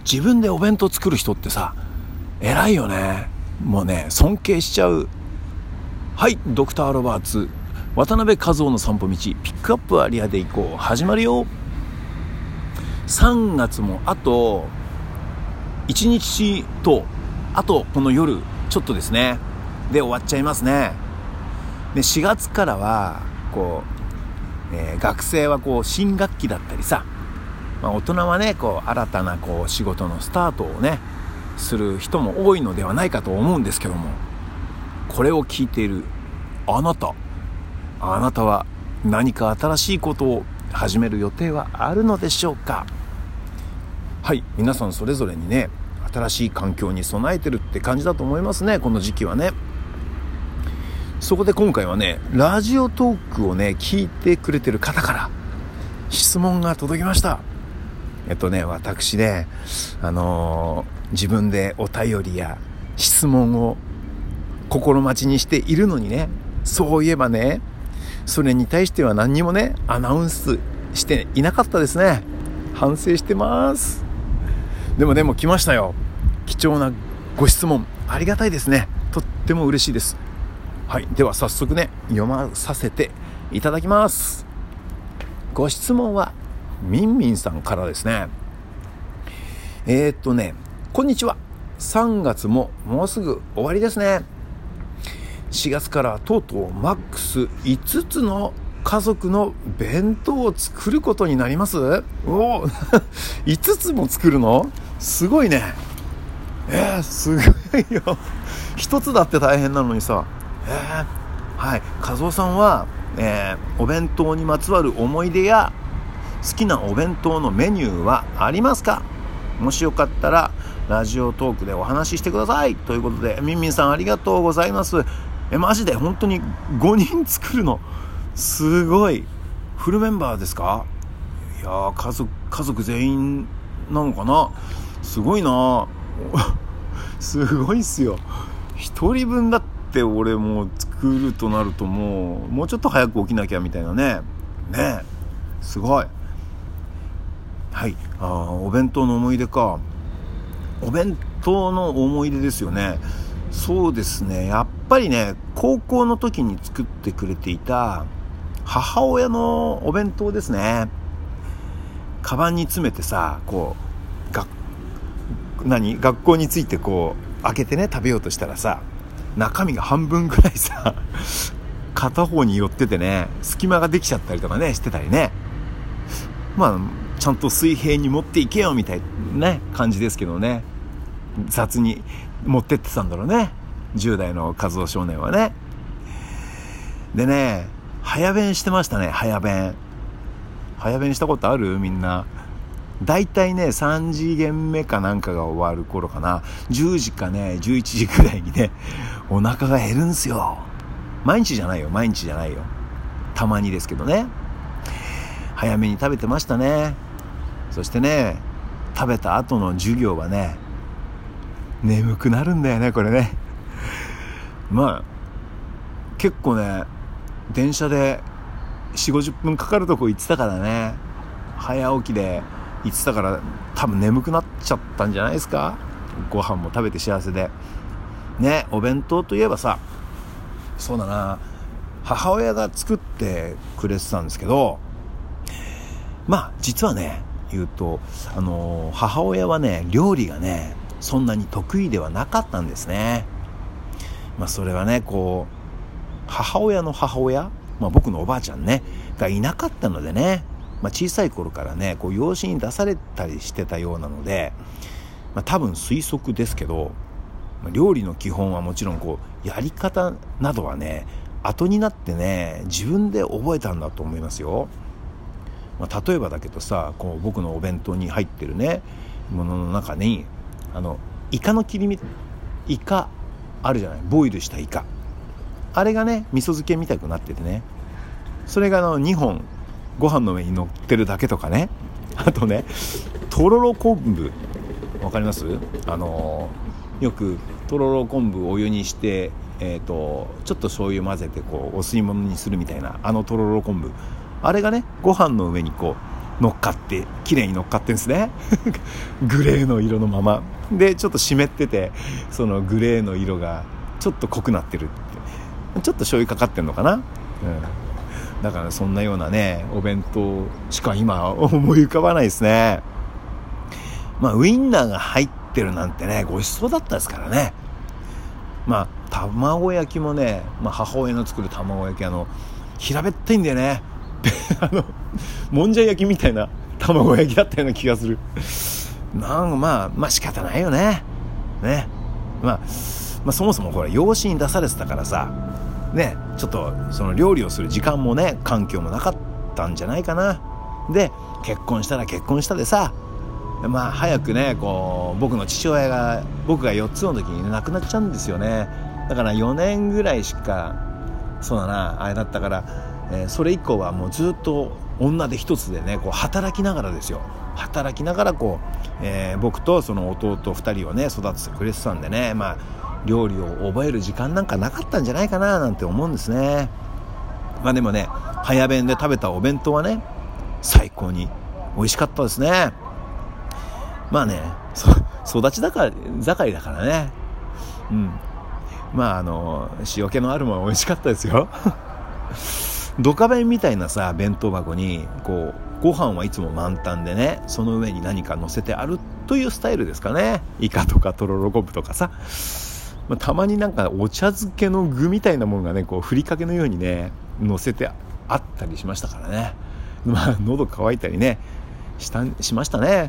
自分でお弁当作る人ってさ、偉いよね。もうね、尊敬しちゃう。はい、ドクターロバーツ渡辺和夫の散歩道、ピックアップアリアで行こう、始まるよ。3月もあと1日と、あとこの夜ちょっとですねで終わっちゃいますね。で4月からはこう、学生はこう新学期だったりさ、大人はねこう新たなこう仕事のスタートをねする人も多いのではないかと思うんですけども、これを聞いているあなたは何か新しいことを始める予定はあるのでしょうか。はい、皆さんそれぞれにね新しい環境に備えてるって感じだと思いますね、この時期はね。そこで今回はねラジオトークをね聞いてくれてる方から質問が届きました。私ね自分でお便りや質問を心待ちにしているのにね、そういえばねそれに対しては何にもねアナウンスしていなかったですね。反省してます。でも来ましたよ。貴重なご質問ありがたいですね。とっても嬉しいです。はい、では早速ね読まさせていただきます。ご質問はみんみんさんからですね。こんにちは。3月ももうすぐ終わりですね。4月からとうとうマックス5つの家族の弁当を作ることになります。お5つも作るのすごいね。すごいよ。1つだって大変なのにさ。はい、和夫さんは、お弁当にまつわる思い出や好きなお弁当のメニューはありますか。もしよかったらラジオトークでお話ししてください。ということでみんみんさんありがとうございます。マジで本当に5人作るのすごい。フルメンバーですか。いや家族全員なのかな。すごいなすごいっすよ。1人分だって俺もう作るとなるともうちょっと早く起きなきゃみたいなねすごい。はい、お弁当の思い出か。お弁当の思い出ですよね。そうですね、やっぱりね高校の時に作ってくれていた母親のお弁当ですね。カバンに詰めてさこう学校に着いてこう開けてね食べようとしたらさ、中身が半分ぐらいさ片方に寄っててね隙間ができちゃったりとかねしてたりね。ちゃんと水平に持っていけよみたいな、ね、感じですけどね、雑に持ってってたんだろうね10代の和夫少年はね。でね早弁してましたね。早弁したことある？みんなだいたいね3次元目かなんかが終わる頃かな、10時かね11時くらいにねお腹が減るんすよ。毎日じゃないよたまにですけどね。早めに食べてましたね。そしてね食べた後の授業はね眠くなるんだよねこれね。結構ね電車で 4,50 分かかるとこ行ってたからね、早起きで行ってたから多分眠くなっちゃったんじゃないですか。ご飯も食べて幸せでね。お弁当といえばさ、そうだな、母親が作ってくれてたんですけど、実はね言うと母親はね料理がねそんなに得意ではなかったんですね。それはねこう母親の母親、僕のおばあちゃんねがいなかったのでね、小さい頃からねこう養子に出されたりしてたようなので、多分推測ですけど、料理の基本はもちろんこうやり方などはね後になってね自分で覚えたんだと思いますよ。例えばだけどさ、こう僕のお弁当に入ってるねものの中にイカの切り身、イカあるじゃない、ボイルしたイカ、あれがね味噌漬けみたくなっててね、それが2本ご飯の上に乗ってるだけとかね。あとねとろろ昆布わかります？よくとろろ昆布をお湯にしてちょっと醤油混ぜてこうお吸い物にするみたいなとろろ昆布、あれがねご飯の上にこ乗っかって綺麗に乗っかってんですねグレーの色のままで、ちょっと湿ってて、そのグレーの色がちょっと濃くなってるって、ちょっと醤油かかってんのかな、だからそんなようなねお弁当しか今思い浮かばないですね。ウインナーが入ってるなんてね、ごちそうだったですからね。卵焼きもね、母親の作る卵焼き平べったいんだよねもんじゃ焼きみたいな卵焼きだったような気がする。仕方ないよね。そもそも養子に出されてたからさね、ちょっとその料理をする時間もね環境もなかったんじゃないかな。で結婚したら結婚したでさ、早くね僕の父親が僕が4つの時に、亡くなっちゃうんですよね。だから4年ぐらいしかあれだったから、それ以降はもうずっと女で一つでね働きながらですよ。働きながら僕とその弟2人をね育ててくれてたんでね、料理を覚える時間なんかなかったんじゃないかななんて思うんですね。でもね、早弁で食べたお弁当はね最高に美味しかったですね。育ち盛りだからね。塩気のあるもの美味しかったですよドカ弁みたいなさ弁当箱にご飯はいつも満タンでね、その上に何か乗せてあるというスタイルですかね。イカとかとろろ昆布とかさ、たまにお茶漬けの具みたいなものがねふりかけのようにね乗せてあったりしましたからね。喉乾いたりねしましたね。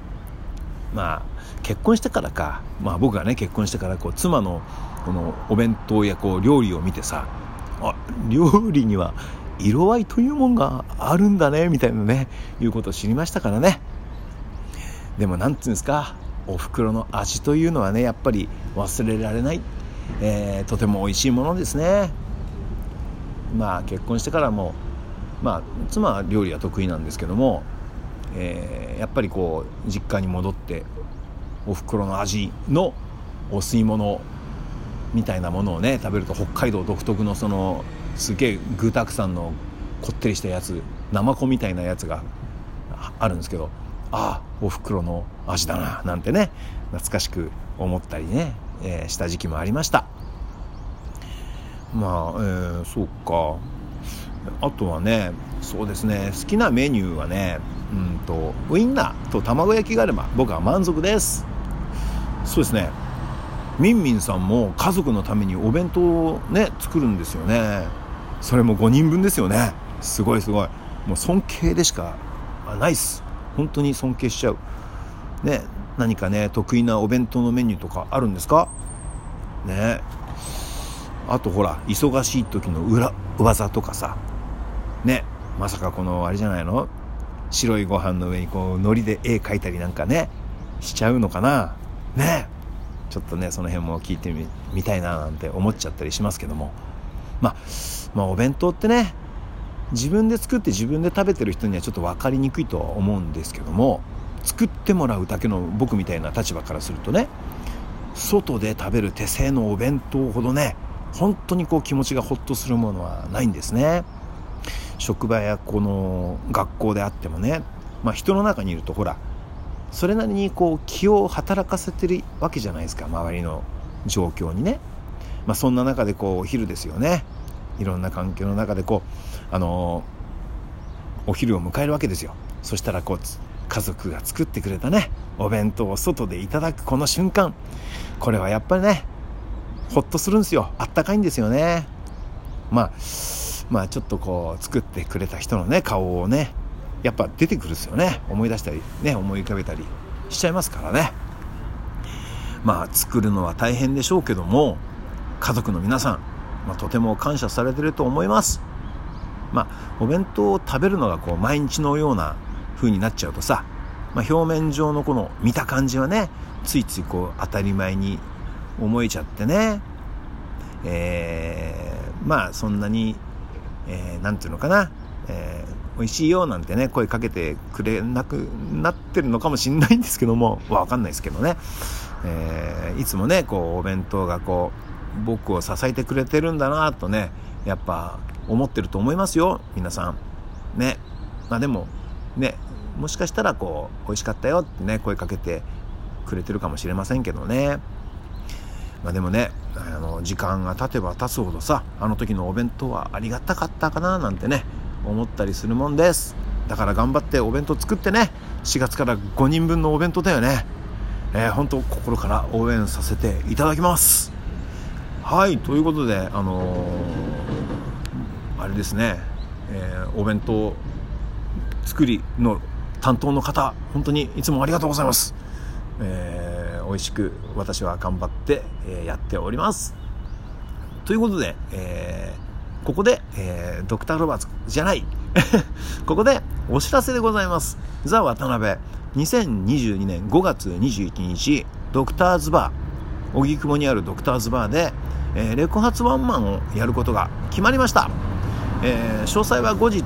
結婚してからか、僕がね結婚してから妻のこのお弁当や料理を見てさ、料理には色合いというもんがあるんだねみたいなねいうことを知りましたからね。でもなんつうんですか、お袋の味というのはねやっぱり忘れられない、とても美味しいものですね。結婚してからも妻は料理は得意なんですけども、やっぱり実家に戻ってお袋の味のお吸い物みたいなものをね食べると、北海道独特のそのすげえ具たくさんのこってりしたやつ、ナマコみたいなやつがあるんですけど、お袋の味だななんてね懐かしく思ったりね、した時期もありました。そうか。あとはね、そうですね、好きなメニューはねウインナーと卵焼きがあれば僕は満足です。そうですね、ミンミンさんも家族のためにお弁当をね作るんですよね。それも5人分ですよね。すごいもう尊敬でしかないっす。本当に尊敬しちゃうね。何かね得意なお弁当のメニューとかあるんですかね。あと忙しい時の裏技とかさね、まさかあれじゃないの、白いご飯の上に海苔で絵描いたりなんかねしちゃうのかなね。ちょっとねその辺も聞いてみたいななんて思っちゃったりしますけども、お弁当ってね自分で作って自分で食べてる人にはちょっと分かりにくいとは思うんですけども、作ってもらうだけの僕みたいな立場からするとね、外で食べる手製のお弁当ほどね本当に気持ちがホッとするものはないんですね。職場や学校であってもね、人の中にいるとそれなりに気を働かせてるわけじゃないですか、周りの状況にね。そんな中でお昼ですよね、いろんな環境の中でお昼を迎えるわけですよ。そしたら家族が作ってくれたねお弁当を外でいただくこの瞬間、これはやっぱりねホッとするんですよ。あったかいんですよね。ちょっと作ってくれた人のね顔をねやっぱ出てくるんですよね。思い出したりね思い浮かべたりしちゃいますからね。作るのは大変でしょうけども、家族の皆さん、とても感謝されてると思います。お弁当を食べるのが毎日のような風になっちゃうとさ、表面上の見た感じはねついつい当たり前に思えちゃってね、そんなに、なんていうのかな、美味しいよなんてね声かけてくれなくなってるのかもしれないんですけども、わかんないですけどね、いつもねお弁当が僕を支えてくれてるんだなとねやっぱ思ってると思いますよ皆さんね。でもねもしかしたら美味しかったよってね声かけてくれてるかもしれませんけどね。でもね時間が経てば経つほどさ、あの時のお弁当はありがたかったかななんてね思ったりするもんです。だから頑張ってお弁当作ってね、4月から5人分のお弁当だよね。本当心から応援させていただきます。はい、ということであれですね、お弁当作りの担当の方、本当にいつもありがとうございます。美味しく私は頑張って、やっております。ということで、ここで、ドクターロバーツじゃないここでお知らせでございます。ザ・渡辺2022年5月21日ドクターズバー、荻窪にあるドクターズバーで、レコ発ワンマンをやることが決まりました。詳細は後日、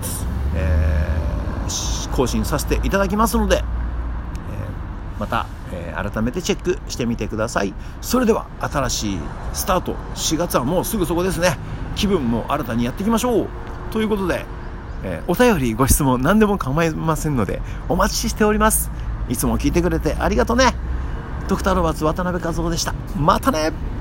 更新させていただきますので、また、改めてチェックしてみてください。それでは新しいスタート、4月はもうすぐそこですね。気分も新たにやっていきましょうということで、お便りご質問何でも構いませんのでお待ちしております。いつも聞いてくれてありがとうね。ドクターロバーツ渡辺和夫でした。またね。